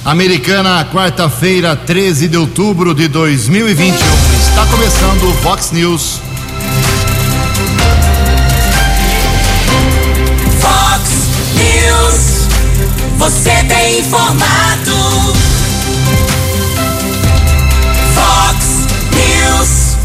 Americana, quarta-feira, 13 de outubro de 2021. Está começando o Vox News. Vox News. Você bem informado. Vox News.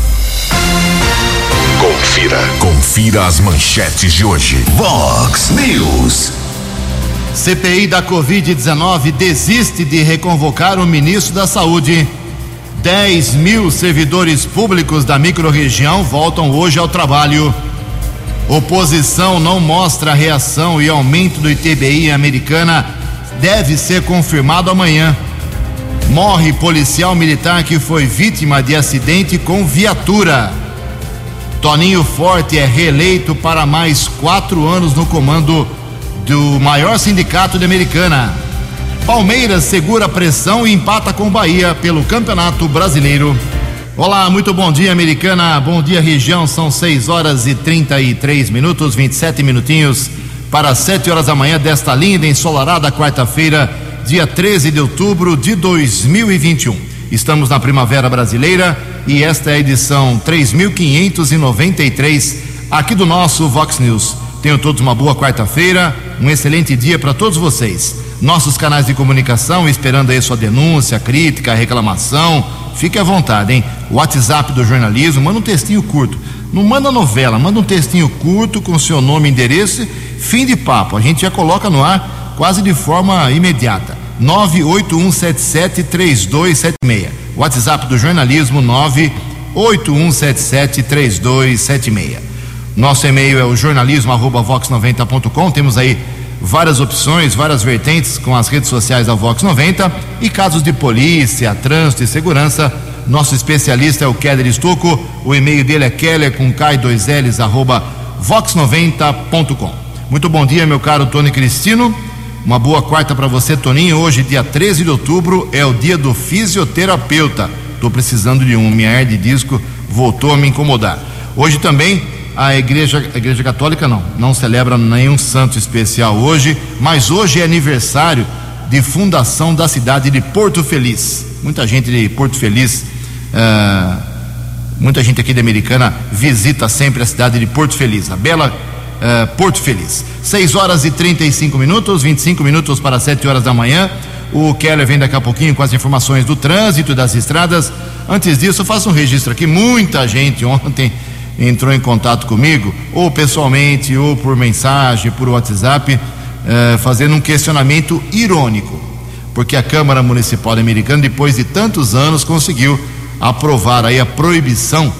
Confira as manchetes de hoje. Vox News. CPI da Covid-19 desiste de reconvocar o ministro da Saúde. 10 mil servidores públicos da microrregião voltam hoje ao trabalho. Oposição não mostra reação e aumento do ITBI em Americana deve ser confirmado amanhã. Morre policial militar que foi vítima de acidente com viatura. Toninho Forte é reeleito para mais 4 anos no comando do maior sindicato de Americana. Palmeiras segura a pressão e empata com Bahia pelo Campeonato Brasileiro. Olá, muito bom dia, Americana. Bom dia, região. São 6 horas e 33 minutos, 27 minutinhos para 7 horas da manhã desta linda ensolarada quarta-feira, dia 13 de outubro de 2021. Estamos na Primavera Brasileira e esta é a edição 3593 aqui do nosso Vox News. Tenham todos uma boa quarta-feira, um excelente dia para todos vocês. Nossos canais de comunicação, esperando aí sua denúncia, crítica, reclamação, fique à vontade, hein? WhatsApp do jornalismo, manda um textinho curto. Não manda novela, manda um textinho curto com seu nome e endereço, fim de papo. A gente já coloca no ar quase de forma imediata. 981773276. WhatsApp do jornalismo, 981773276. Nosso e-mail é o jornalismo@vox90.com. Temos aí várias opções, várias vertentes com as redes sociais da Vox 90 e casos de polícia, trânsito e segurança. Nosso especialista é o Keller Estocco. O e-mail dele é keller@vox90.com. Muito bom dia, meu caro Tony Cristino. Uma boa quarta para você, Toninho. Hoje, dia 13 de outubro, é o dia do fisioterapeuta. Estou precisando de um. Minha hernia de disco voltou a me incomodar. Hoje também a igreja católica não celebra nenhum santo especial hoje, mas hoje é aniversário de fundação da cidade de Porto Feliz. Muita gente de Porto Feliz, muita gente aqui de Americana visita sempre a cidade de Porto Feliz, a bela Porto Feliz. 6 horas e 35 minutos, 25 minutos para 7 horas da manhã. O Keller vem daqui a pouquinho com as informações do trânsito e das estradas. Antes disso, eu faço um registro aqui. Muita gente ontem entrou em contato comigo, ou pessoalmente, ou por mensagem, por WhatsApp, fazendo um questionamento irônico, porque a Câmara Municipal Americana, depois de tantos anos, conseguiu aprovar aí a proibição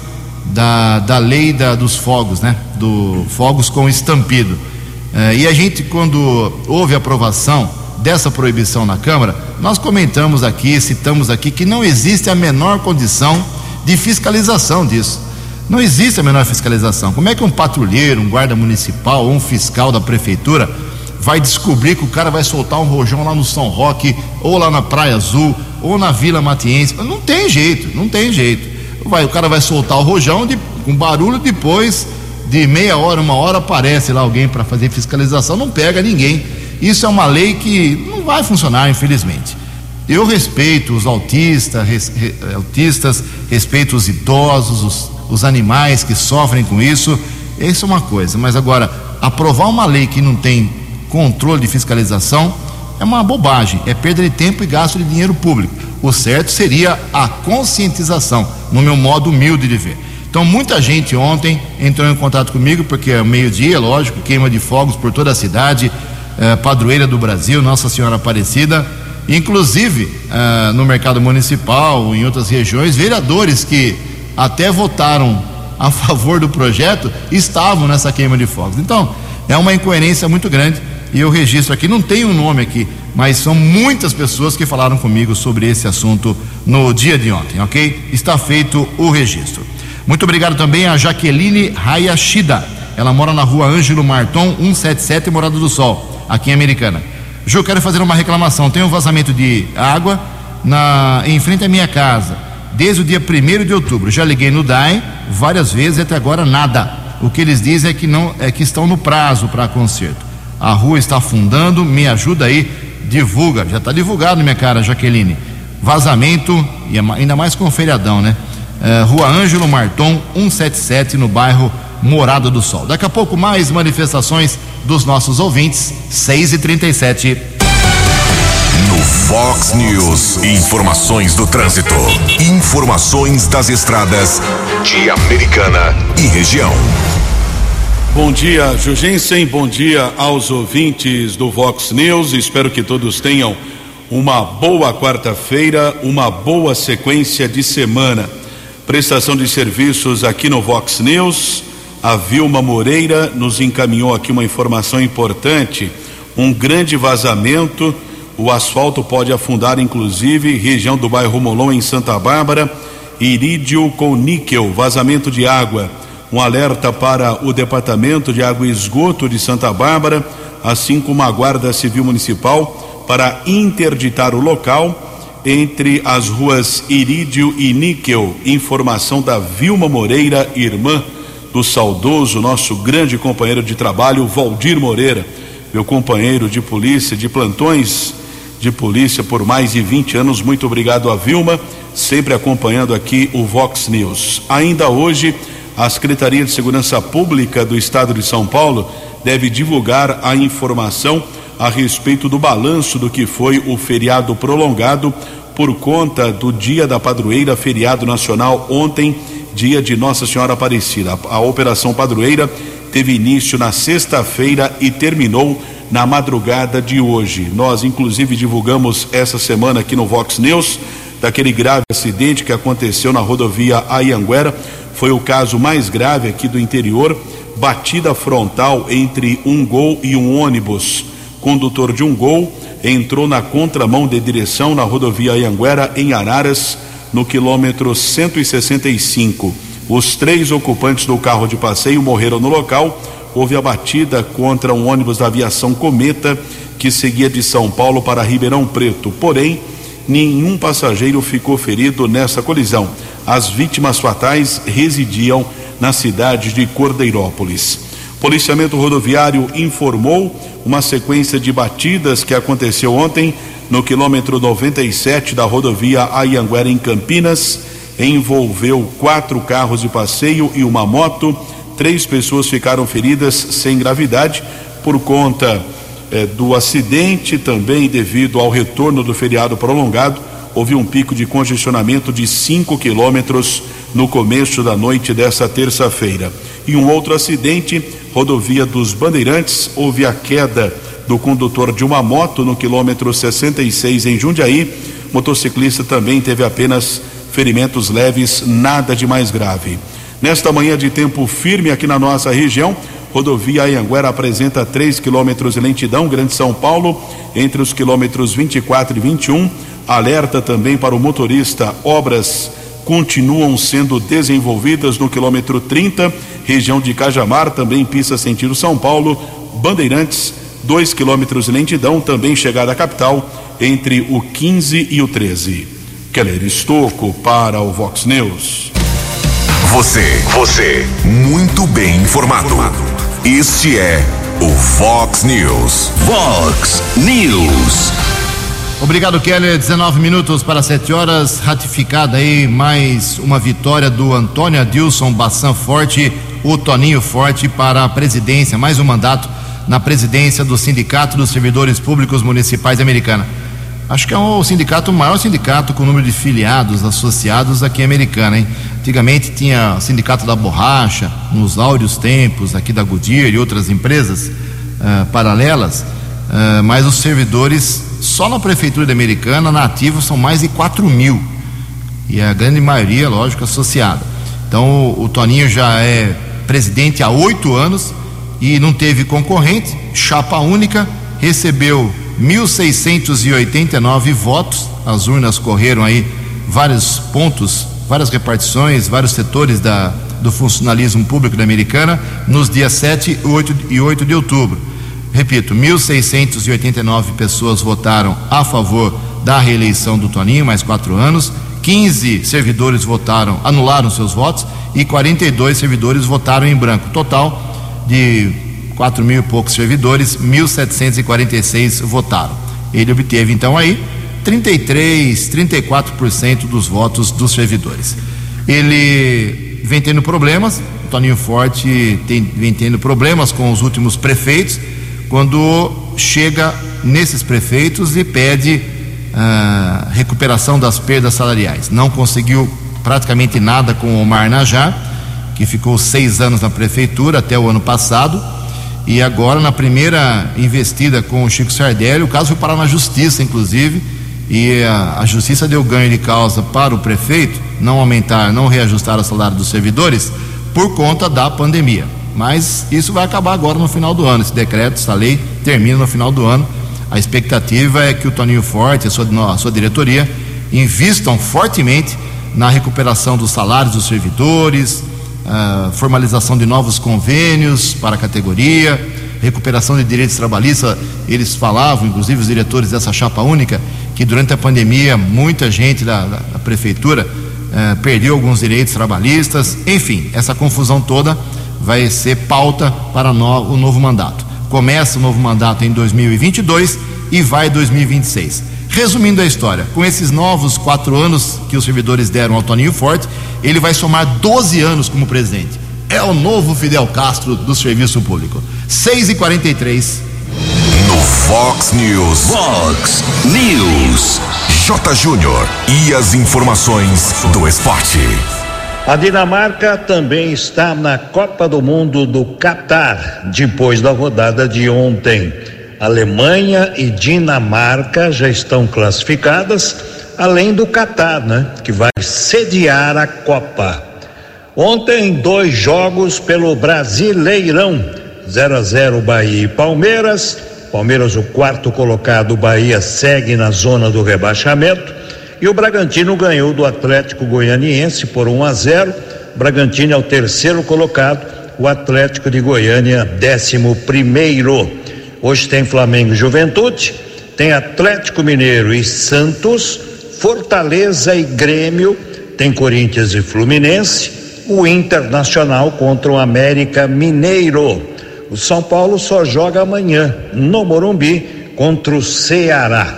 da lei dos fogos, né? Do fogos com estampido. E a gente, quando houve a aprovação dessa proibição na Câmara, nós comentamos aqui, citamos aqui, que não existe a menor condição de fiscalização disso. Não existe a menor fiscalização. Como é que um patrulheiro, um guarda municipal ou um fiscal da prefeitura vai descobrir que o cara vai soltar um rojão lá no São Roque, ou lá na Praia Azul, ou na Vila Matiense? Não tem jeito, não tem jeito. O cara vai soltar o rojão com barulho, depois de meia hora, 1 hora, aparece lá alguém para fazer fiscalização, não pega ninguém. Isso é uma lei que não vai funcionar, infelizmente. Eu respeito os autistas, respeito os idosos, os animais que sofrem com isso. Isso é uma coisa, mas agora, aprovar uma lei que não tem controle de fiscalização é uma bobagem, é perda de tempo e gasto de dinheiro público. O certo seria a conscientização, no meu modo humilde de ver. Então, muita gente ontem entrou em contato comigo, porque é meio-dia, lógico, queima de fogos por toda a cidade, padroeira do Brasil, Nossa Senhora Aparecida, inclusive no mercado municipal, em outras regiões, vereadores que até votaram a favor do projeto estavam nessa queima de fogos. Então, é uma incoerência muito grande, e eu registro aqui, não tem um nome aqui, mas são muitas pessoas que falaram comigo sobre esse assunto no dia de ontem, ok? Está feito o registro. Muito obrigado também a Jaqueline Hayashida. Ela mora na rua Ângelo Marton 177, Morada do Sol, aqui em Americana. Ju, quero fazer uma reclamação. Tem um vazamento de água em frente à minha casa desde o dia 1º de outubro. Já liguei no DAE várias vezes e até agora nada. O que eles dizem é que estão no prazo para conserto. A rua está afundando, me ajuda aí. divulga, já está divulgado, minha cara Jaqueline, vazamento, e ainda mais com o feriadão, né? Rua Ângelo Marton 177, no bairro Morada do Sol. Daqui a pouco mais manifestações dos nossos ouvintes, 6h37. No Fox News, informações do trânsito, informações das estradas de Americana e região. Bom dia, Jugensen, bom dia aos ouvintes do Vox News, espero que todos tenham uma boa quarta-feira, uma boa sequência de semana. Prestação de serviços aqui no Vox News, a Vilma Moreira nos encaminhou aqui uma informação importante, um grande vazamento, o asfalto pode afundar inclusive região do bairro Molon em Santa Bárbara, irídio com níquel, vazamento de água. Um alerta para o Departamento de Água e Esgoto de Santa Bárbara, assim como a Guarda Civil Municipal, para interditar o local entre as ruas Irídio e Níquel. Informação da Vilma Moreira, irmã do saudoso, nosso grande companheiro de trabalho, Valdir Moreira, meu companheiro de polícia, de plantões de polícia por mais de 20 anos. Muito obrigado a Vilma, sempre acompanhando aqui o Vox News. Ainda hoje, a Secretaria de Segurança Pública do Estado de São Paulo deve divulgar a informação a respeito do balanço do que foi o feriado prolongado por conta do Dia da Padroeira, feriado nacional ontem, dia de Nossa Senhora Aparecida. A Operação Padroeira teve início na sexta-feira e terminou na madrugada de hoje. Nós inclusive divulgamos essa semana aqui no Vox News daquele grave acidente que aconteceu na rodovia Anhanguera. Foi o caso mais grave aqui do interior, batida frontal entre um Gol e um ônibus. Condutor de um Gol entrou na contramão de direção na rodovia Anhanguera, em Araras, no quilômetro 165. Os 3 ocupantes do carro de passeio morreram no local. Houve a batida contra um ônibus da aviação Cometa, que seguia de São Paulo para Ribeirão Preto. Porém, nenhum passageiro ficou ferido nessa colisão. As vítimas fatais residiam na cidade de Cordeirópolis. Policiamento rodoviário informou uma sequência de batidas que aconteceu ontem no quilômetro 97 da rodovia Anhanguera em Campinas. Envolveu 4 carros de passeio e uma moto. 3 pessoas ficaram feridas sem gravidade por conta do acidente. Também devido ao retorno do feriado prolongado, houve um pico de congestionamento de 5 quilômetros no começo da noite dessa terça-feira. E um outro acidente, rodovia dos Bandeirantes, houve a queda do condutor de uma moto no quilômetro 66 em Jundiaí. Motociclista também teve apenas ferimentos leves, nada de mais grave. Nesta manhã de tempo firme aqui na nossa região, rodovia Anhanguera apresenta 3 quilômetros de lentidão, Grande São Paulo, entre os quilômetros 24 e 21. Alerta também para o motorista, obras continuam sendo desenvolvidas no quilômetro 30, região de Cajamar, também pista sentido São Paulo. Bandeirantes, 2 quilômetros de lentidão, também chegada à capital, entre o 15 e o 13. Keller Estocco para o Vox News. Você, muito bem informado. Este é o Vox News. Vox News. Obrigado, Keller. 19 minutos para 7 horas. Ratificada aí mais uma vitória do Antônio Adilson Bassan Forte, o Toninho Forte, para a presidência, mais um mandato na presidência do Sindicato dos Servidores Públicos Municipais Americana. Acho que é o sindicato, o maior sindicato com número de filiados, associados aqui em Americana, hein? Antigamente tinha o sindicato da borracha, nos áureos tempos aqui da Goodyear e outras empresas paralelas, mas os servidores, só na prefeitura de Americana, na ativa, são mais de 4.000, e a grande maioria, lógico, associada. Então o Toninho já é presidente há 8 anos e não teve concorrente, chapa única, recebeu 1.689 votos. As urnas correram aí vários pontos, várias repartições, vários setores do funcionalismo público da Americana nos dias 7 e 8 de outubro. Repito, 1.689 pessoas votaram a favor da reeleição do Toninho, mais 4 anos. 15 servidores anularam seus votos e 42 servidores votaram em branco. Total de 4.000 e poucos servidores, 1.746 votaram. Ele obteve então aí 34% dos votos dos servidores. Ele vem tendo problemas, o Toninho Forte vem tendo problemas com os últimos prefeitos, quando chega nesses prefeitos e pede recuperação das perdas salariais. Não conseguiu praticamente nada com o Omar Najá, que ficou 6 anos na prefeitura até o ano passado, e agora na primeira investida com o Chico Sardelli, o caso foi parar na justiça, inclusive, e a justiça deu ganho de causa para o prefeito não reajustar o salário dos servidores por conta da pandemia. Mas isso vai acabar agora no final do ano. Esse decreto, essa lei termina no final do ano. A expectativa é que o Toninho Forte, a sua diretoria, invistam fortemente na recuperação dos salários dos servidores, formalização de novos convênios para a categoria, recuperação de direitos trabalhistas. Eles falavam, inclusive os diretores dessa chapa única, que durante a pandemia muita gente da prefeitura perdeu alguns direitos trabalhistas. Enfim, essa confusão toda vai ser pauta para o novo mandato. Começa o novo mandato em 2022 e vai 2026. Resumindo a história, com esses novos 4 anos que os servidores deram ao Toninho Forte, ele vai somar 12 anos como presidente. É o novo Fidel Castro do serviço público. 6h43. No Fox News. Fox News. J. Júnior e as informações do esporte. A Dinamarca também está na Copa do Mundo do Catar, depois da rodada de ontem. Alemanha e Dinamarca já estão classificadas, além do Catar, que vai sediar a Copa. Ontem, 2 jogos pelo Brasileirão, 0-0 Bahia e Palmeiras. Palmeiras, o 4º colocado, Bahia segue na zona do rebaixamento. E o Bragantino ganhou do Atlético Goianiense por 1-0. Bragantino é o 3º colocado, o Atlético de Goiânia 11º. Hoje tem Flamengo e Juventude, tem Atlético Mineiro e Santos, Fortaleza e Grêmio, tem Corinthians e Fluminense, o Internacional contra o América Mineiro. O São Paulo só joga amanhã no Morumbi contra o Ceará.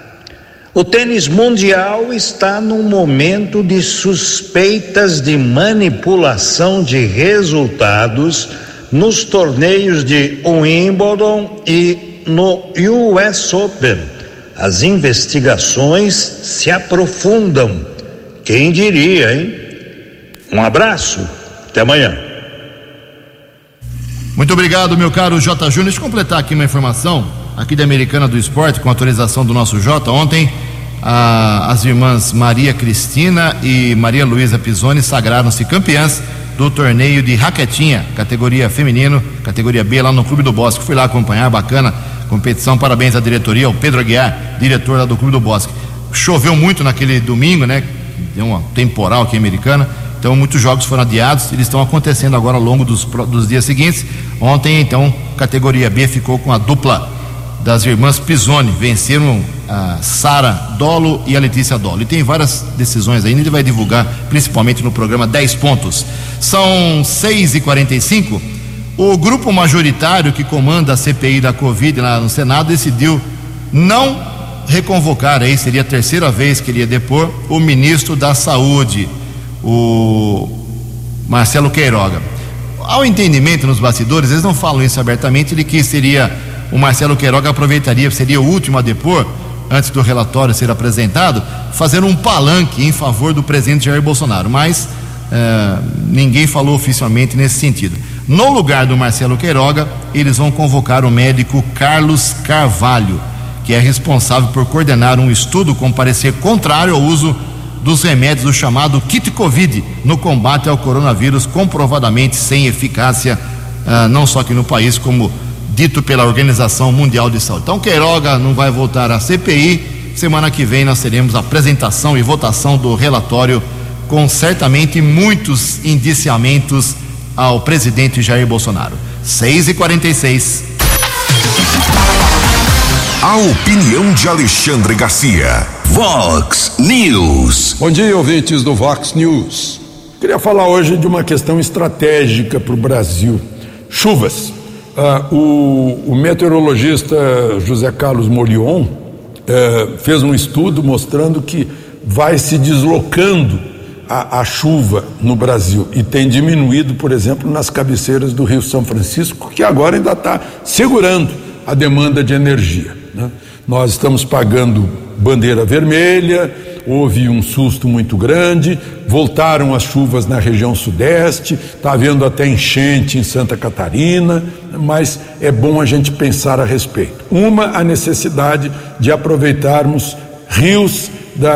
O tênis mundial está num momento de suspeitas de manipulação de resultados nos torneios de Wimbledon e no US Open. As investigações se aprofundam. Quem diria, hein? Um abraço, até amanhã. Muito obrigado, meu caro J. Júnior. Deixa eu completar aqui uma informação aqui da Americana do Esporte, com autorização do nosso J. Ontem, as irmãs Maria Cristina e Maria Luísa Pisoni sagraram-se campeãs do torneio de raquetinha, categoria feminino, categoria B, lá no Clube do Bosque. Fui lá acompanhar, bacana competição, parabéns à diretoria, ao Pedro Aguiar, diretor lá do Clube do Bosque. Choveu muito naquele domingo, deu uma temporal aqui em Americana, então muitos jogos foram adiados, eles estão acontecendo agora ao longo dos dias seguintes. Ontem, então, categoria B ficou com a dupla das irmãs Pisoni, venceram a Sara Dolo e a Letícia Dolo, e tem várias decisões ainda, ele vai divulgar principalmente no programa 10 pontos. São 6h45. O grupo majoritário que comanda a CPI da Covid lá no Senado decidiu não reconvocar, aí seria a 3ª vez que ele ia depor, o ministro da Saúde, o Marcelo Queiroga. Ao entendimento nos bastidores, eles não falam isso abertamente, de que o Marcelo Queiroga seria o último a depor, antes do relatório ser apresentado, fazer um palanque em favor do presidente Jair Bolsonaro, mas ninguém falou oficialmente nesse sentido. No lugar do Marcelo Queiroga, eles vão convocar o médico Carlos Carvalho, que é responsável por coordenar um estudo com parecer contrário ao uso dos remédios do chamado kit Covid no combate ao coronavírus, comprovadamente sem eficácia, não só aqui no país, como dito pela Organização Mundial de Saúde. Então Queiroga não vai voltar à CPI. Semana que vem nós teremos a apresentação e votação do relatório, com certamente muitos indiciamentos ao presidente Jair Bolsonaro. 6h46. A opinião de Alexandre Garcia. Vox News. Bom dia, ouvintes do Vox News. Queria falar hoje de uma questão estratégica para o Brasil: chuvas. O meteorologista José Carlos Morion fez um estudo mostrando que vai se deslocando a chuva no Brasil e tem diminuído, por exemplo, nas cabeceiras do Rio São Francisco, que agora ainda está segurando a demanda de energia, né? Nós estamos pagando bandeira vermelha, houve um susto muito grande, voltaram as chuvas na região sudeste, está havendo até enchente em Santa Catarina, mas é bom a gente pensar a respeito. A necessidade de aproveitarmos rios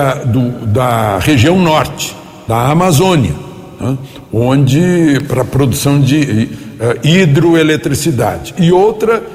da região norte, da Amazônia, né? Onde para a produção de hidroeletricidade. E outra,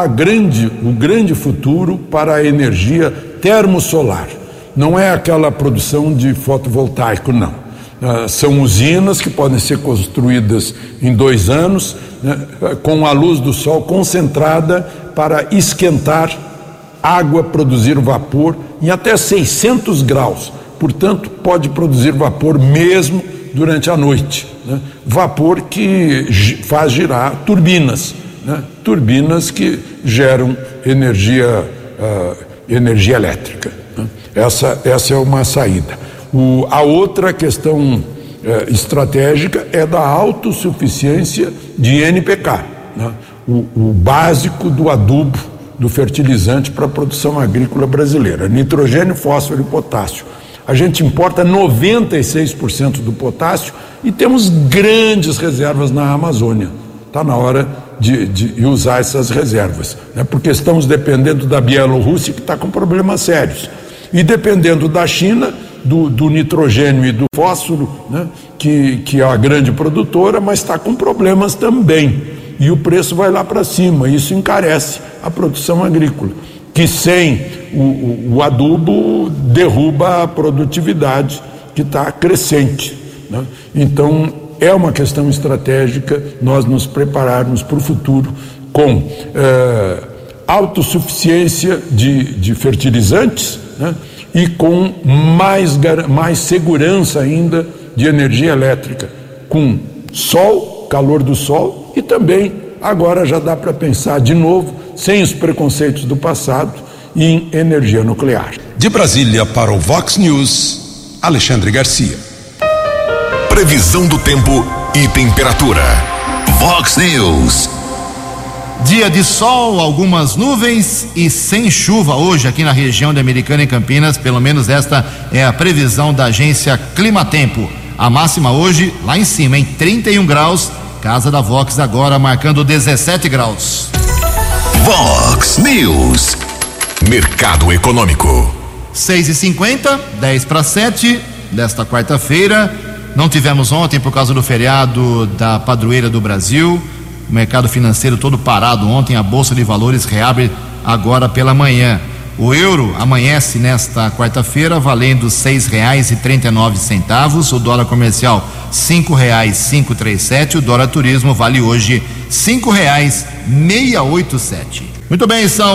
o grande futuro para a energia termosolar. Não é aquela produção de fotovoltaico, não. São usinas que podem ser construídas em 2 anos, né, com a luz do sol concentrada para esquentar água, produzir vapor em até 600 graus. Portanto, pode produzir vapor mesmo durante a noite, né? Vapor que faz girar turbinas, né? Turbinas que geram energia elétrica, né? Essa é uma saída. A outra questão estratégica é da autossuficiência de NPK, né? O básico do adubo, do fertilizante para a produção agrícola brasileira: nitrogênio, fósforo e potássio. A gente importa 96% do potássio e temos grandes reservas na Amazônia. Está na hora de usar essas reservas, né? Porque estamos dependendo da Bielorrússia, que está com problemas sérios, e dependendo da China, do nitrogênio e do fósforo, né? Que é a grande produtora, mas está com problemas também. E o preço vai lá para cima, isso encarece a produção agrícola, que sem o adubo derruba a produtividade, que está crescente, né? Então é uma questão estratégica nós nos prepararmos para o futuro com autossuficiência de fertilizantes, né? E com mais segurança ainda de energia elétrica, com sol, calor do sol, e também agora já dá para pensar de novo, sem os preconceitos do passado, em energia nuclear. De Brasília para o Vox News, Alexandre Garcia. Previsão do tempo e temperatura. Vox News. Dia de sol, algumas nuvens e sem chuva hoje aqui na região de Americana e Campinas. Pelo menos esta é a previsão da agência Climatempo. A máxima hoje lá em cima, em 31 graus. Casa da Vox agora marcando 17 graus. Vox News. Mercado Econômico. 6h50, 10:07 desta quarta-feira. Não tivemos ontem por causa do feriado da Padroeira do Brasil. O mercado financeiro todo parado ontem. A Bolsa de Valores reabre agora pela manhã. O euro amanhece nesta quarta-feira valendo R$ 6,39. O dólar comercial R$ 5,537. O dólar turismo vale hoje R$ 5,687. Muito bem, são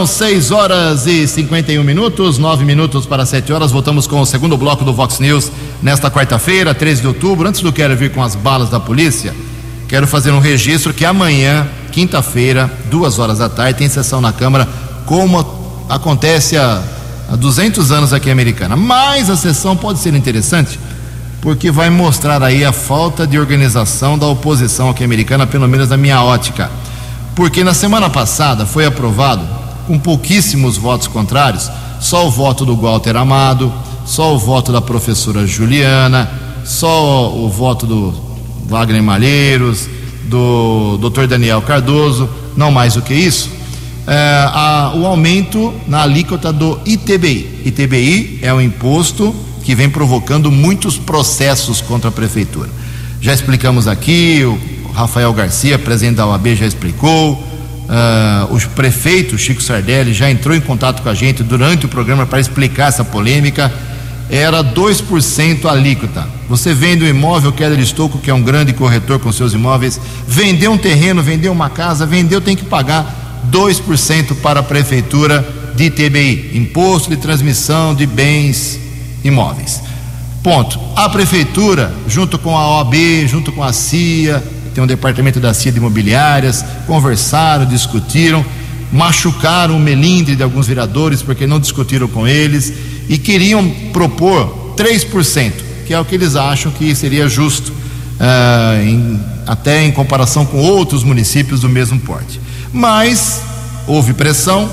6h51, 9 minutos para 7 horas. Voltamos com o segundo bloco do Vox News nesta quarta-feira, 13 de outubro. Antes do Quero Vir com as balas da polícia, quero fazer um registro que amanhã, quinta-feira, 2 da tarde, tem sessão na Câmara, como acontece há 200 anos aqui em Americana. Mas a sessão pode ser interessante, porque vai mostrar aí a falta de organização da oposição aqui em Americana, pelo menos na minha ótica. Porque na semana passada foi aprovado, com pouquíssimos votos contrários, só o voto do Walter Amado, só o voto da professora Juliana, só o voto do Wagner Malheiros, do Dr. Daniel Cardoso, não mais do que isso, o aumento na alíquota do ITBI. ITBI é um imposto que vem provocando muitos processos contra a prefeitura. Já explicamos aqui, o Rafael Garcia, presidente da OAB, já explicou, o prefeito Chico Sardelli já entrou em contato com a gente durante o programa para explicar essa polêmica. Era 2% a alíquota. Você vende um imóvel, Keller Estouco, que é um grande corretor com seus imóveis, vendeu um terreno, vendeu uma casa, tem que pagar 2% para a prefeitura de ITBI, Imposto de Transmissão de Bens Imóveis. Ponto. A prefeitura, junto com a OAB, junto com a CIA, tem um departamento da CIA de imobiliárias, conversaram, discutiram machucaram o melindre de alguns vereadores porque não discutiram com eles e queriam propor 3%, que é o que eles acham que seria justo, até em comparação com outros municípios do mesmo porte. Mas houve pressão,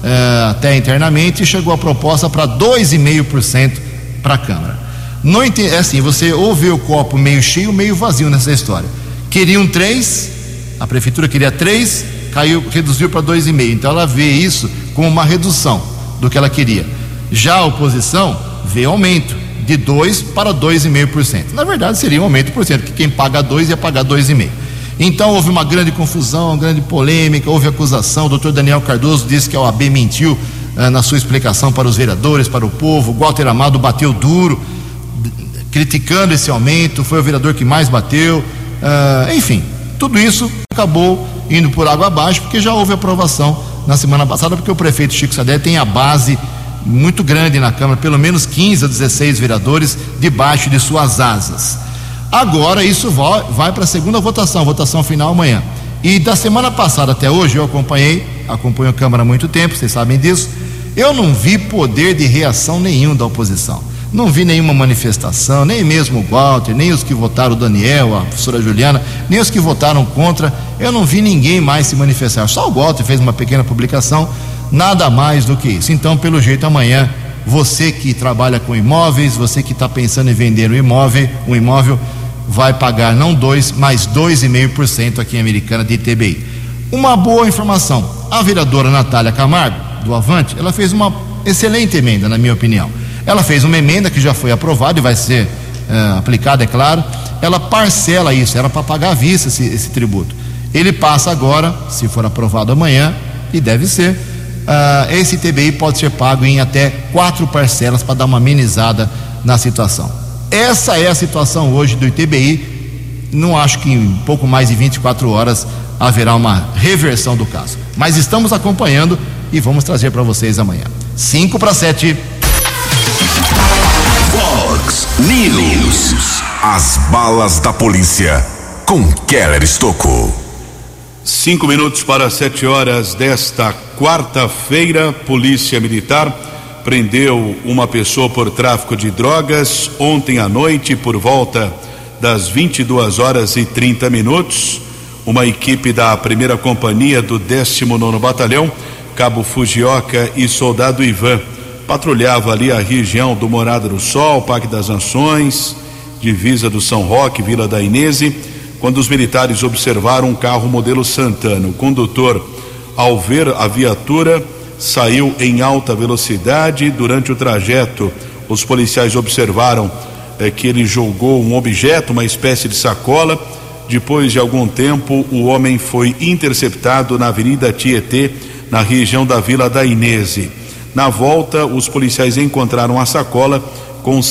até internamente, e chegou a proposta para 2,5% para a Câmara. Não é assim, você ou vê o copo meio cheio, meio vazio nessa história. Queriam 3%, a prefeitura queria 3%, reduziu para 2,5%. Então ela vê isso como uma redução do que ela queria. Já a oposição vê aumento de 2% para 2,5%. Na verdade seria um aumento por cento, porque quem paga 2% ia pagar 2,5%. Então houve uma grande confusão, uma grande polêmica, houve acusação. O doutor Daniel Cardoso disse que a OAB mentiu na sua explicação para os vereadores, para o povo. O Walter Amado bateu duro, criticando esse aumento, foi o vereador que mais bateu. Enfim, tudo isso acabou indo por água abaixo, porque já houve aprovação na semana passada, porque o prefeito Chico Sadé tem a base muito grande na Câmara, pelo menos 15 a 16 vereadores debaixo de suas asas. Agora isso vai para a segunda votação final amanhã. E da semana passada até hoje eu acompanho a Câmara há muito tempo, vocês sabem disso. Eu não vi poder de reação nenhum da oposição. Não vi nenhuma manifestação, nem mesmo o Walter, nem os que votaram, o Daniel, a professora Juliana, nem os que votaram contra. Eu não vi ninguém mais se manifestar. Só o Walter fez uma pequena publicação, nada mais do que isso. Então, pelo jeito, amanhã, você que trabalha com imóveis, você que está pensando em vender um imóvel, vai pagar não 2%, mas 2,5% aqui em Americana de ITBI. Uma boa informação: a vereadora Natália Camargo, do Avante, ela fez uma excelente emenda, na minha opinião. Ela fez uma emenda que já foi aprovada e vai ser aplicada, é claro. Ela parcela isso, era para pagar à vista esse tributo. Ele passa agora, se for aprovado amanhã, e deve ser, esse ITBI pode ser pago em até 4 parcelas para dar uma amenizada na situação. Essa é a situação hoje do ITBI. Não acho que em pouco mais de 24 horas haverá uma reversão do caso, mas estamos acompanhando e vamos trazer para vocês amanhã. 6:55. Fox News. As balas da polícia com Keller Estocco. 5 minutos para 7 horas desta quarta-feira. Polícia Militar prendeu uma pessoa por tráfico de drogas ontem à noite por volta das 22h30. Uma equipe da 1ª Companhia do 19º Batalhão, Cabo Fujioka e Soldado Ivan, patrulhava ali a região do Morada do Sol, Parque das Nações, divisa do São Roque, Vila da Inese, quando os militares observaram um carro modelo Santana. O condutor, ao ver a viatura, saiu em alta velocidade. Durante o trajeto, os policiais observaram que ele jogou um objeto, uma espécie de sacola. Depois de algum tempo, o homem foi interceptado na Avenida Tietê, na região da Vila da Inese. Na volta, os policiais encontraram a sacola com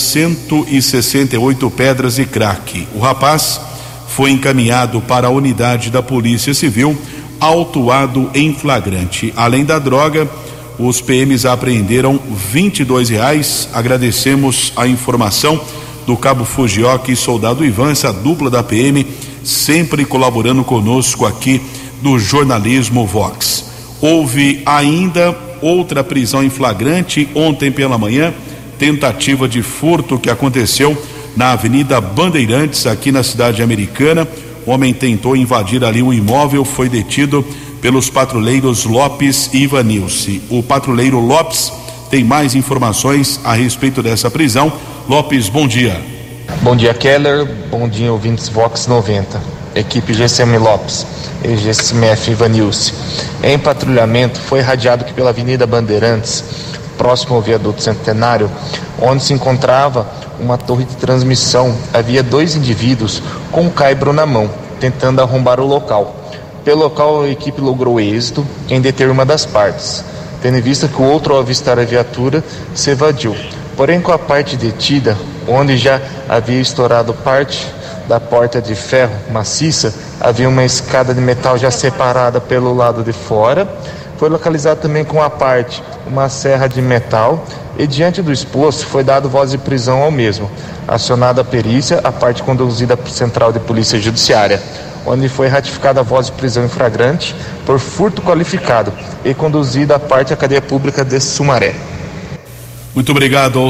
168 pedras de crack. O rapaz foi encaminhado para a unidade da Polícia Civil, autuado em flagrante. Além da droga, os PMs apreenderam R$22. Agradecemos a informação do Cabo Fujioka e Soldado Ivan, essa dupla da PM, sempre colaborando conosco aqui do jornalismo Vox. Houve ainda outra prisão em flagrante ontem pela manhã, tentativa de furto que aconteceu na Avenida Bandeirantes, aqui na cidade americana. O homem tentou invadir ali um imóvel, foi detido pelos patrulheiros Lopes e Ivanilce. O patrulheiro Lopes tem mais informações a respeito dessa prisão. Lopes, bom dia. Bom dia, Keller. Bom dia, ouvintes Vox 90. Equipe GCM Lopes e GCMF Ivanilce. Em patrulhamento, foi irradiado que pela Avenida Bandeirantes, próximo ao viaduto Centenário, onde se encontrava uma torre de transmissão, havia 2 indivíduos com um caibro na mão, tentando arrombar o local. Pelo local, a equipe logrou êxito em deter uma das partes, tendo em vista que o outro, ao avistar a viatura, se evadiu. Porém, com a parte detida, onde já havia estourado parte da porta de ferro maciça, havia uma escada de metal já separada pelo lado de fora. Foi localizado também com a parte uma serra de metal e, diante do exposto, foi dado voz de prisão ao mesmo. Acionada a perícia, a parte conduzida para a Central de Polícia Judiciária. onde foi ratificada a voz de prisão em flagrante por furto qualificado e conduzida à parte da cadeia pública de Sumaré. Muito obrigado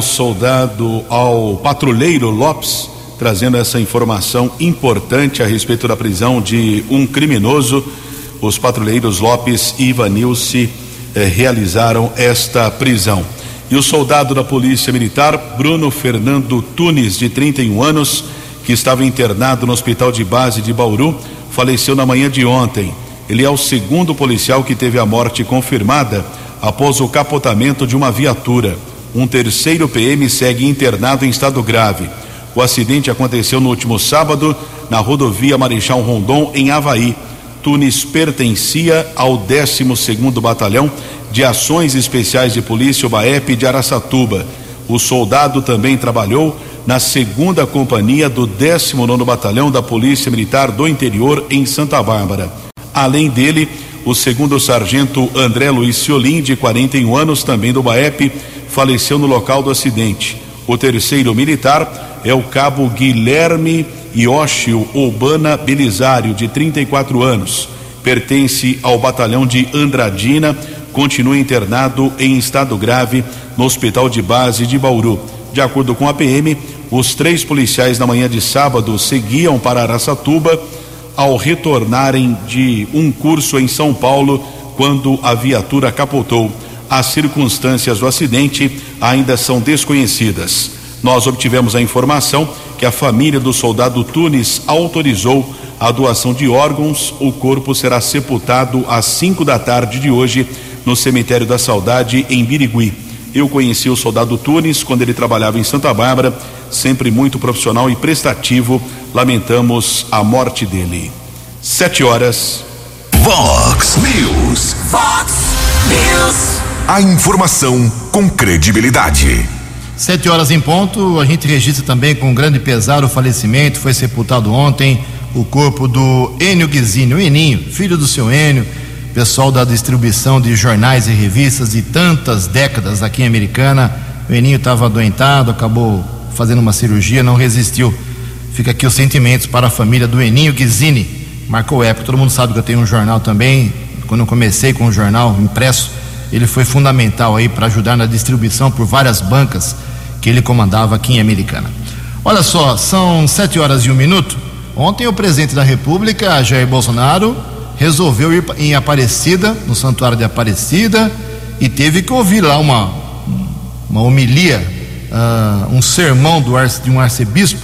ao patrulheiro Lopes, trazendo essa informação importante a respeito da prisão de um criminoso. Os patrulheiros Lopes e Ivanilce realizaram esta prisão. E o soldado da Polícia Militar, Bruno Fernando Tunes, de 31 anos, que estava internado no Hospital de Base de Bauru, faleceu na manhã de ontem. Ele é o segundo policial que teve a morte confirmada após o capotamento de uma viatura. Um terceiro PM segue internado em estado grave. O acidente aconteceu no último sábado na rodovia Marechal Rondon, em Avaí. Tunes pertencia ao 12º Batalhão de Ações Especiais de Polícia, o BAEP de Araçatuba. O soldado também trabalhou na 2ª Companhia do 19º Batalhão da Polícia Militar do Interior, em Santa Bárbara. Além dele, o 2º Sargento André Luiz Ciolim, de 41 anos, também do BAEP, faleceu no local do acidente. O terceiro militar é o Cabo Guilherme Yoshio Obana Belisário, de 34 anos. Pertence ao batalhão de Andradina, continua internado em estado grave no Hospital de Base de Bauru. De acordo com a PM, os 3 policiais na manhã de sábado seguiam para Araçatuba ao retornarem de um curso em São Paulo quando a viatura capotou. As circunstâncias do acidente ainda são desconhecidas. Nós obtivemos a informação que a família do soldado Tunes autorizou a doação de órgãos. O corpo será sepultado às 5 da tarde de hoje no Cemitério da Saudade, em Birigui. Eu conheci o soldado Tunes quando ele trabalhava em Santa Bárbara, sempre muito profissional e prestativo. Lamentamos a morte dele. 7h. Vox News. Vox News. A informação com credibilidade. 7h em ponto. A gente registra também com grande pesar o falecimento. Foi sepultado ontem o corpo do Enio Guizini, o Eninho, filho do seu Enio, pessoal da distribuição de jornais e revistas de tantas décadas aqui em Americana. O Eninho estava adoentado, acabou fazendo uma cirurgia, não resistiu. Fica aqui os sentimentos para a família do Eninho Guizini. Marcou época. Todo mundo sabe que eu tenho um jornal também. Quando eu comecei com o jornal impresso, ele foi fundamental aí para ajudar na distribuição por várias bancas que ele comandava aqui em Americana. Olha só, são 7h01. Ontem o presidente da República, Jair Bolsonaro, resolveu ir em Aparecida, no Santuário de Aparecida, e teve que ouvir lá uma homilia, um sermão de um arcebispo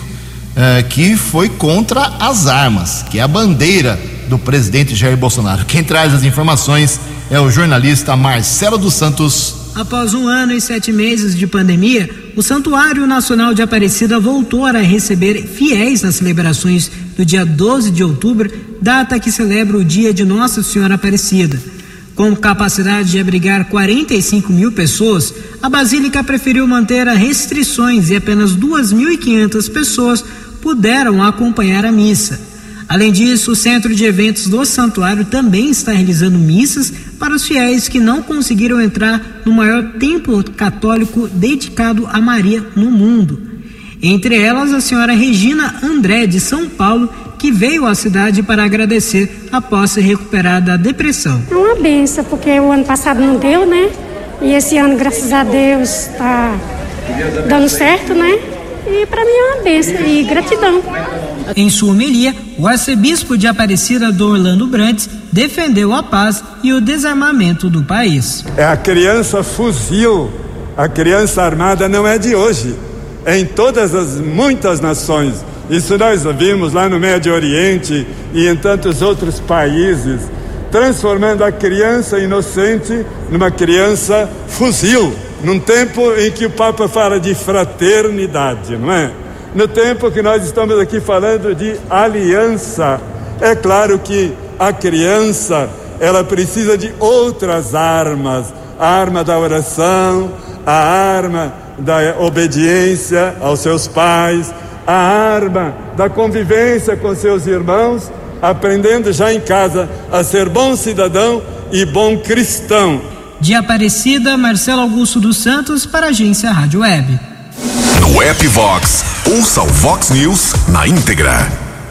que foi contra as armas, que é a bandeira do presidente Jair Bolsonaro. Quem traz as informações é o jornalista Marcelo dos Santos. Após 1 ano e 7 meses de pandemia, o Santuário Nacional de Aparecida voltou a receber fiéis nas celebrações do dia 12 de outubro, data que celebra o dia de Nossa Senhora Aparecida. Com capacidade de abrigar 45 mil pessoas, a Basílica preferiu manter as restrições e apenas 2.500 pessoas puderam acompanhar a missa. Além disso, o Centro de Eventos do Santuário também está realizando missas para os fiéis que não conseguiram entrar no maior templo católico dedicado a Maria no mundo. Entre elas, a senhora Regina André, de São Paulo, que veio à cidade para agradecer após se recuperar da depressão. É uma benção, porque o ano passado não deu, né? E esse ano, graças a Deus, está dando certo, né? E para mim é uma benção e gratidão. Em sua homilia, o arcebispo de Aparecida, Orlando Brandes, defendeu a paz e o desarmamento do país. A criança fuzil, a criança armada não é de hoje. É em todas as muitas nações. Isso nós vimos lá no Médio Oriente e em tantos outros países, transformando a criança inocente numa criança fuzil, num tempo em que o Papa fala de fraternidade, não é? No tempo que nós estamos aqui falando de aliança. É claro que a criança, ela precisa de outras armas, a arma da oração, a arma da obediência aos seus pais, a arma da convivência com seus irmãos, aprendendo já em casa a ser bom cidadão e bom cristão. De Aparecida, Marcelo Augusto dos Santos, para a Agência Rádio Web. No app Vox, ouça o Vox News na íntegra.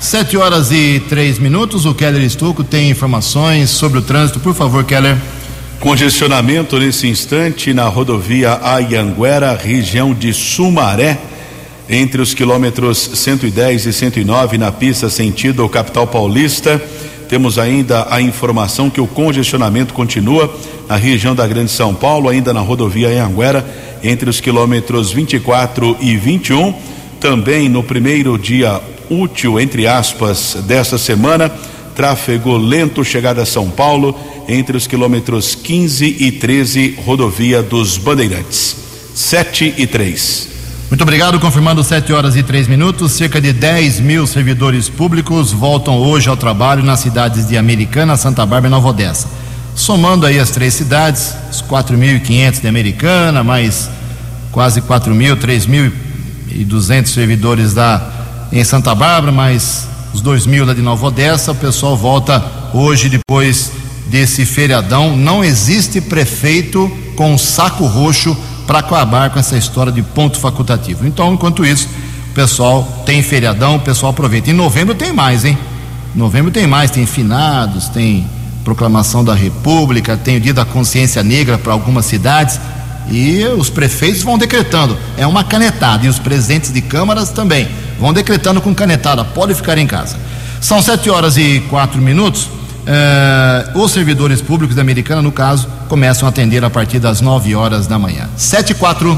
7h03. O Keller Estouco tem informações sobre o trânsito. Por favor, Keller. Congestionamento nesse instante na rodovia Anhanguera, região de Sumaré, entre os quilômetros 110 e 109 na pista sentido capital paulista. Temos ainda a informação que o congestionamento continua na região da Grande São Paulo, ainda na rodovia Anhanguera, entre os quilômetros 24 e 21. Também no primeiro dia útil, entre aspas, desta semana, tráfego lento, chegada a São Paulo, entre os quilômetros 15 e 13, rodovia dos Bandeirantes. 7h03. Muito obrigado. Confirmando 7h03. Cerca de 10 mil servidores públicos voltam hoje ao trabalho nas cidades de Americana, Santa Bárbara e Nova Odessa. Somando aí as três cidades, os 4.500 de Americana, mais quase 3.200 servidores em Santa Bárbara, mais os 2.000 lá de Nova Odessa. O pessoal volta hoje depois desse feriadão. Não existe prefeito com um saco roxo para acabar com essa história de ponto facultativo. Então, enquanto isso, o pessoal tem feriadão, o pessoal aproveita. Em novembro tem mais, hein? Novembro tem mais, tem finados, tem proclamação da República, tem o Dia da Consciência Negra para algumas cidades, e os prefeitos vão decretando. É uma canetada, e os presidentes de câmaras também vão decretando com canetada: pode ficar em casa. São 7h04. Os servidores públicos da Americana, no caso, começam a atender a partir das 9h da manhã. 7h04.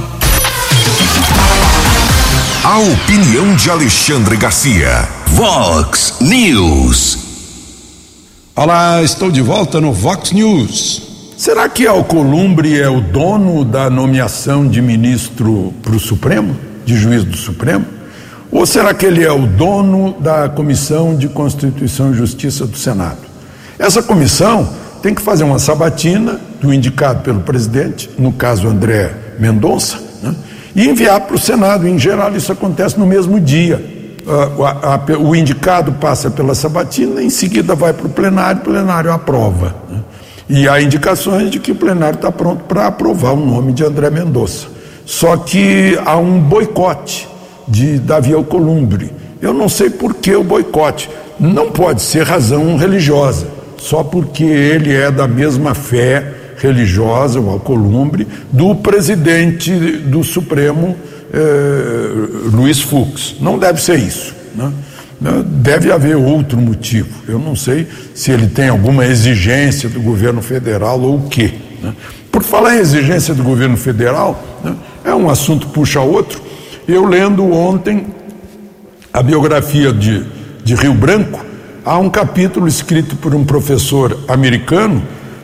A opinião de Alexandre Garcia. Vox News. Olá, estou de volta no Vox News. Será que Alcolumbre é o dono da nomeação de ministro para o Supremo, de juiz do Supremo? Ou será que ele é o dono da Comissão de Constituição e Justiça do Senado? Essa comissão tem que fazer uma sabatina do indicado pelo presidente, no caso André Mendonça, né, e enviar para o Senado. Em geral, isso acontece no mesmo dia. O indicado passa pela sabatina, em seguida vai para o plenário aprova, né? E há indicações de que o plenário está pronto para aprovar o nome de André Mendonça. Só que há um boicote de Davi Alcolumbre. Eu não sei por que o boicote. Não pode ser razão religiosa, só porque ele é da mesma fé religiosa, o Alcolumbre, do presidente do Supremo, Luiz Fux. Não deve ser isso, né? Deve haver outro motivo. Eu não sei se ele tem alguma exigência do governo federal ou o quê, né? Por falar em exigência do governo federal, né, é um assunto puxa outro. Eu lendo ontem a biografia de Rio Branco, há um capítulo escrito por um professor americano,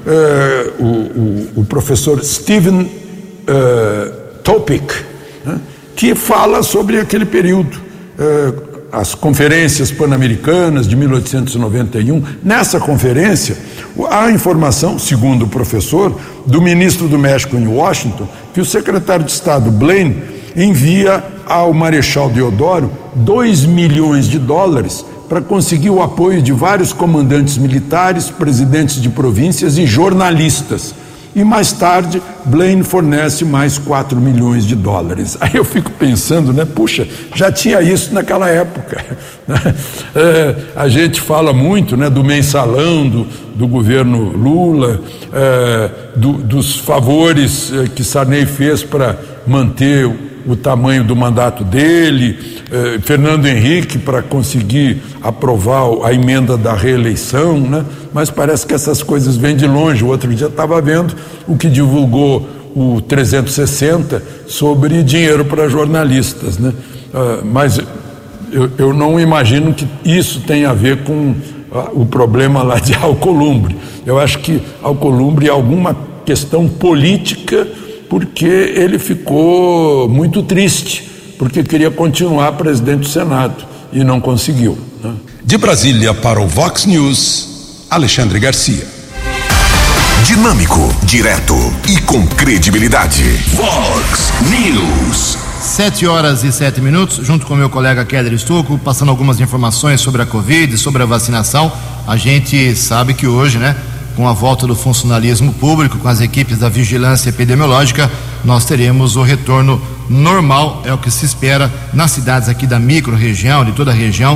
o professor Stephen Topic, né, que fala sobre aquele período, as conferências pan-americanas de 1891. Nessa conferência, há informação, segundo o professor, do ministro do México em Washington, que o secretário de Estado Blaine envia ao Marechal Deodoro $2 milhões para conseguir o apoio de vários comandantes militares, presidentes de províncias e jornalistas. E mais tarde, Blaine fornece mais $4 milhões. Aí eu fico pensando, né? Puxa, já tinha isso naquela época. A gente fala muito, né, do mensalão do governo Lula, dos favores que Sarney fez para manter o tamanho do mandato dele, Fernando Henrique para conseguir aprovar a emenda da reeleição, né? Mas parece que essas coisas vêm de longe. O outro dia estava vendo o que divulgou o 360 sobre dinheiro para jornalistas, né? Mas eu não imagino que isso tenha a ver com o problema lá de Alcolumbre. Eu acho que Alcolumbre é alguma questão política, porque ele ficou muito triste, porque queria continuar presidente do Senado e não conseguiu, né? De Brasília para o Vox News, Alexandre Garcia. Dinâmico, direto e com credibilidade. Vox News. 7h07, junto com meu colega Keller Estouco, passando algumas informações sobre a Covid, sobre a vacinação. A gente sabe que hoje, né, com a volta do funcionalismo público, com as equipes da vigilância epidemiológica, nós teremos o retorno normal, é o que se espera nas cidades aqui da micro-região, de toda a região.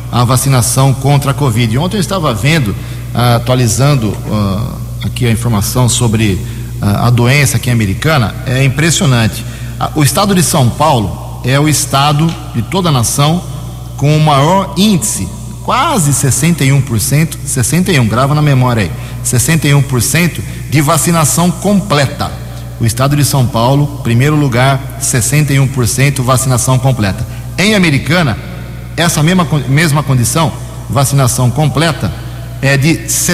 a vacinação contra a Covid. Ontem eu estava vendo, atualizando aqui a informação sobre a doença aqui Americana. É impressionante. O estado de São Paulo é o estado de toda a nação com o maior índice, quase 61%, 61%, grava na memória aí, 61% de vacinação completa. O estado de São Paulo, primeiro lugar, 61% vacinação completa. Em Americana, essa mesma condição, vacinação completa, é de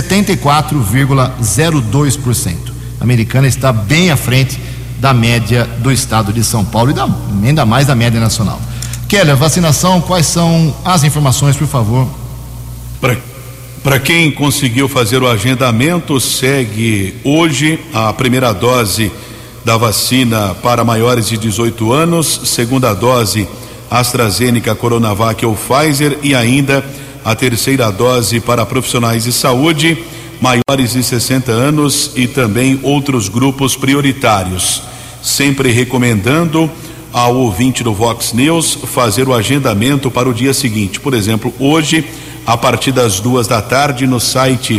74,02%. A Americana está bem à frente da média do estado de São Paulo e ainda mais da média nacional. Keller, vacinação, quais são as informações, por favor? Para quem conseguiu fazer o agendamento, segue hoje a primeira dose da vacina para maiores de 18 anos, segunda dose AstraZeneca, Coronavac ou Pfizer e ainda a terceira dose para profissionais de saúde, maiores de 60 anos e também outros grupos prioritários. Sempre recomendando ao ouvinte do Vox News fazer o agendamento para o dia seguinte. Por exemplo, hoje, a partir das 2h no site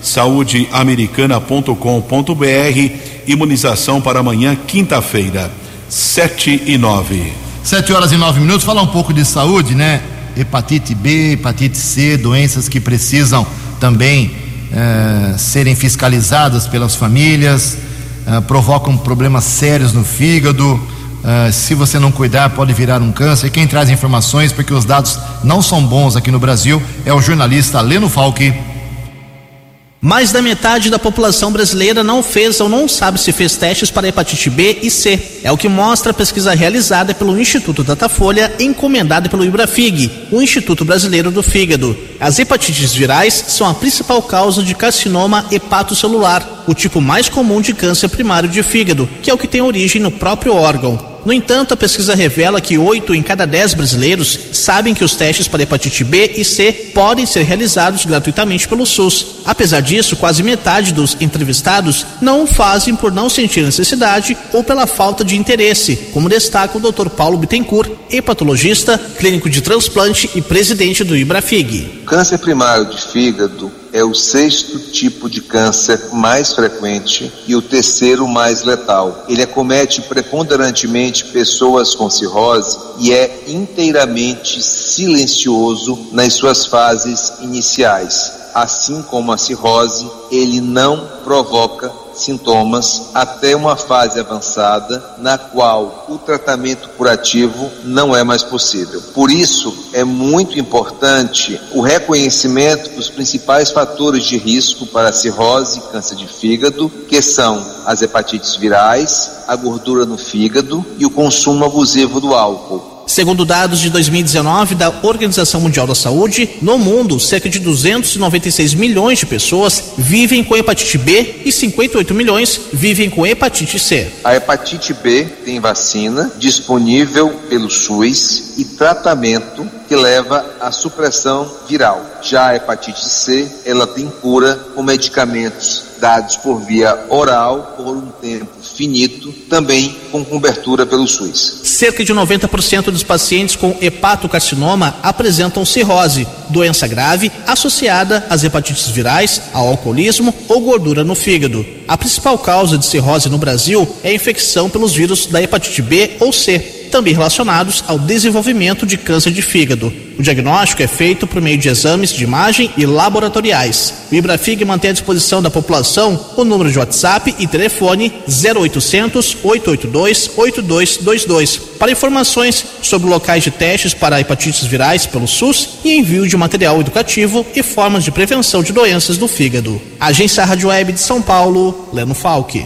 saudeamericana.com.br, imunização para amanhã, quinta-feira, 7h09. 7h09. Falar um pouco de saúde, né? Hepatite B, hepatite C, doenças que precisam também serem fiscalizadas pelas famílias, provocam problemas sérios no fígado. Se você não cuidar, pode virar um câncer. Quem traz informações, porque os dados não são bons aqui no Brasil, é o jornalista Leno Falck. Mais da metade da população brasileira não fez ou não sabe se fez testes para hepatite B e C. É o que mostra a pesquisa realizada pelo Instituto Datafolha, encomendada pelo IBRAFIG, o Instituto Brasileiro do Fígado. As hepatites virais são a principal causa de carcinoma hepatocelular, o tipo mais comum de câncer primário de fígado, que é o que tem origem no próprio órgão. No entanto, a pesquisa revela que 8 em cada 10 brasileiros sabem que os testes para hepatite B e C podem ser realizados gratuitamente pelo SUS. Apesar disso, quase metade dos entrevistados não o fazem por não sentir necessidade ou pela falta de interesse, como destaca o Dr. Paulo Bittencourt, hepatologista, clínico de transplante e presidente do IBRAFIG. Câncer primário de fígado é o 6º tipo de câncer mais frequente e o 3º mais letal. Ele acomete preponderantemente pessoas com cirrose e é inteiramente silencioso nas suas fases iniciais. Assim como a cirrose, ele não provoca sintomas até uma fase avançada na qual o tratamento curativo não é mais possível. Por isso, é muito importante o reconhecimento dos principais fatores de risco para a cirrose e câncer de fígado, que são as hepatites virais, a gordura no fígado e o consumo abusivo do álcool. Segundo dados de 2019 da Organização Mundial da Saúde, no mundo, cerca de 296 milhões de pessoas vivem com hepatite B e 58 milhões vivem com hepatite C. A hepatite B tem vacina disponível pelo SUS e tratamento que leva à supressão viral. Já a hepatite C, ela tem cura com medicamentos dados por via oral por um tempo finito, também com cobertura pelo SUS. Cerca de 90% dos pacientes com hepatocarcinoma apresentam cirrose, doença grave associada às hepatites virais, ao alcoolismo ou gordura no fígado. A principal causa de cirrose no Brasil é a infecção pelos vírus da hepatite B ou C, também relacionados ao desenvolvimento de câncer de fígado. O diagnóstico é feito por meio de exames de imagem e laboratoriais. O IBRAFIG mantém à disposição da população o número de WhatsApp e telefone 0800 882 8222 para informações sobre locais de testes para hepatites virais pelo SUS e envio de material educativo e formas de prevenção de doenças do fígado. Agência Rádio Web de São Paulo, Leno Falck.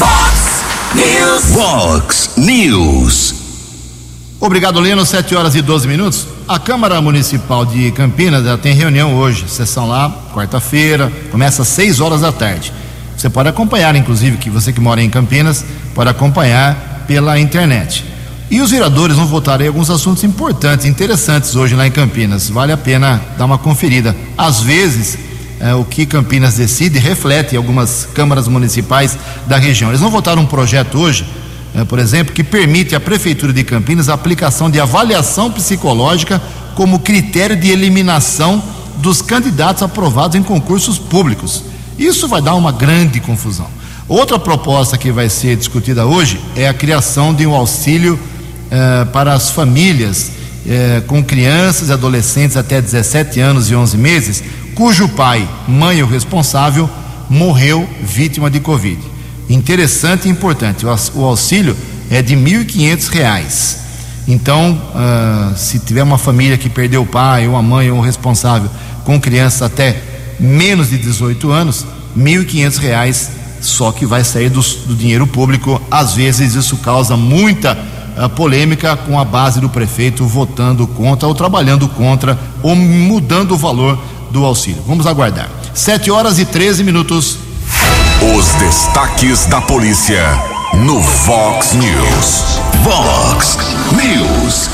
Vox News. Vox News. Obrigado, Leno. 7h12. A Câmara Municipal de Campinas já tem reunião hoje, sessão lá, quarta-feira, começa às 6h da tarde. Você pode acompanhar, inclusive, que você que mora em Campinas, pode acompanhar pela internet. E os vereadores vão votar aí alguns assuntos importantes, interessantes hoje lá em Campinas. Vale a pena dar uma conferida. Às vezes, o que Campinas decide reflete algumas câmaras municipais da região. Eles vão votar um projeto hoje, por exemplo, que permite à Prefeitura de Campinas a aplicação de avaliação psicológica como critério de eliminação dos candidatos aprovados em concursos públicos. Isso vai dar uma grande confusão. Outra proposta que vai ser discutida hoje é a criação de um auxílio para as famílias com crianças e adolescentes até 17 anos e 11 meses, cujo pai, mãe ou responsável morreu vítima de Covid. Interessante e importante, o auxílio é de R$ 1.500. Então, se tiver uma família que perdeu o pai, ou a mãe, ou o responsável, com crianças até menos de 18 anos, R$ 1.500, só que vai sair do dinheiro público. Às vezes isso causa muita polêmica, com a base do prefeito votando contra, ou trabalhando contra, ou mudando o valor do auxílio. Vamos aguardar. 7h13. Os destaques da polícia no Vox News. Vox News.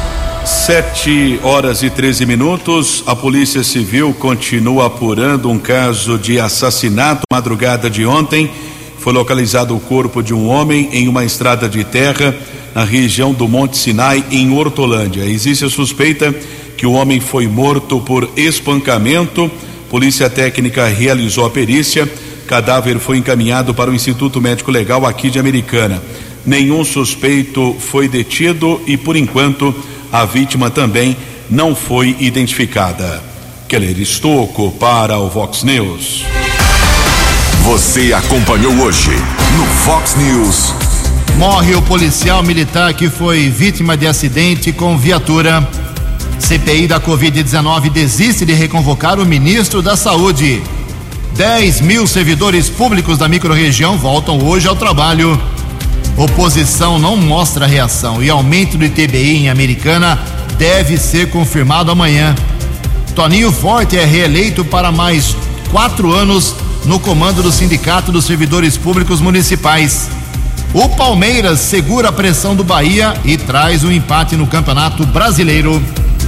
7h13. A Polícia Civil continua apurando um caso de assassinato. Madrugada de ontem, foi localizado o corpo de um homem em uma estrada de terra na região do Monte Sinai, em Hortolândia. Existe a suspeita que o homem foi morto por espancamento. Polícia Técnica realizou a perícia. Cadáver foi encaminhado para o Instituto Médico Legal aqui de Americana. Nenhum suspeito foi detido e, por enquanto, a vítima também não foi identificada. Keller Estocco para o Vox News. Você acompanhou hoje no Vox News. Morre o policial militar que foi vítima de acidente com viatura. CPI da Covid-19 desiste de reconvocar o ministro da Saúde. 10 mil servidores públicos da microrregião voltam hoje ao trabalho. Oposição não mostra reação e aumento do ITBI em Americana deve ser confirmado amanhã. Toninho Forte é reeleito para mais 4 anos no comando do Sindicato dos Servidores Públicos Municipais. O Palmeiras segura a pressão do Bahia e traz um empate no Campeonato Brasileiro.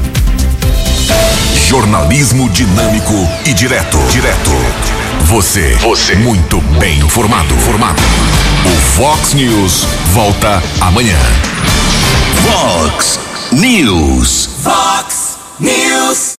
Jornalismo dinâmico e direto. Você muito bem informado. O Vox News volta amanhã. Vox News.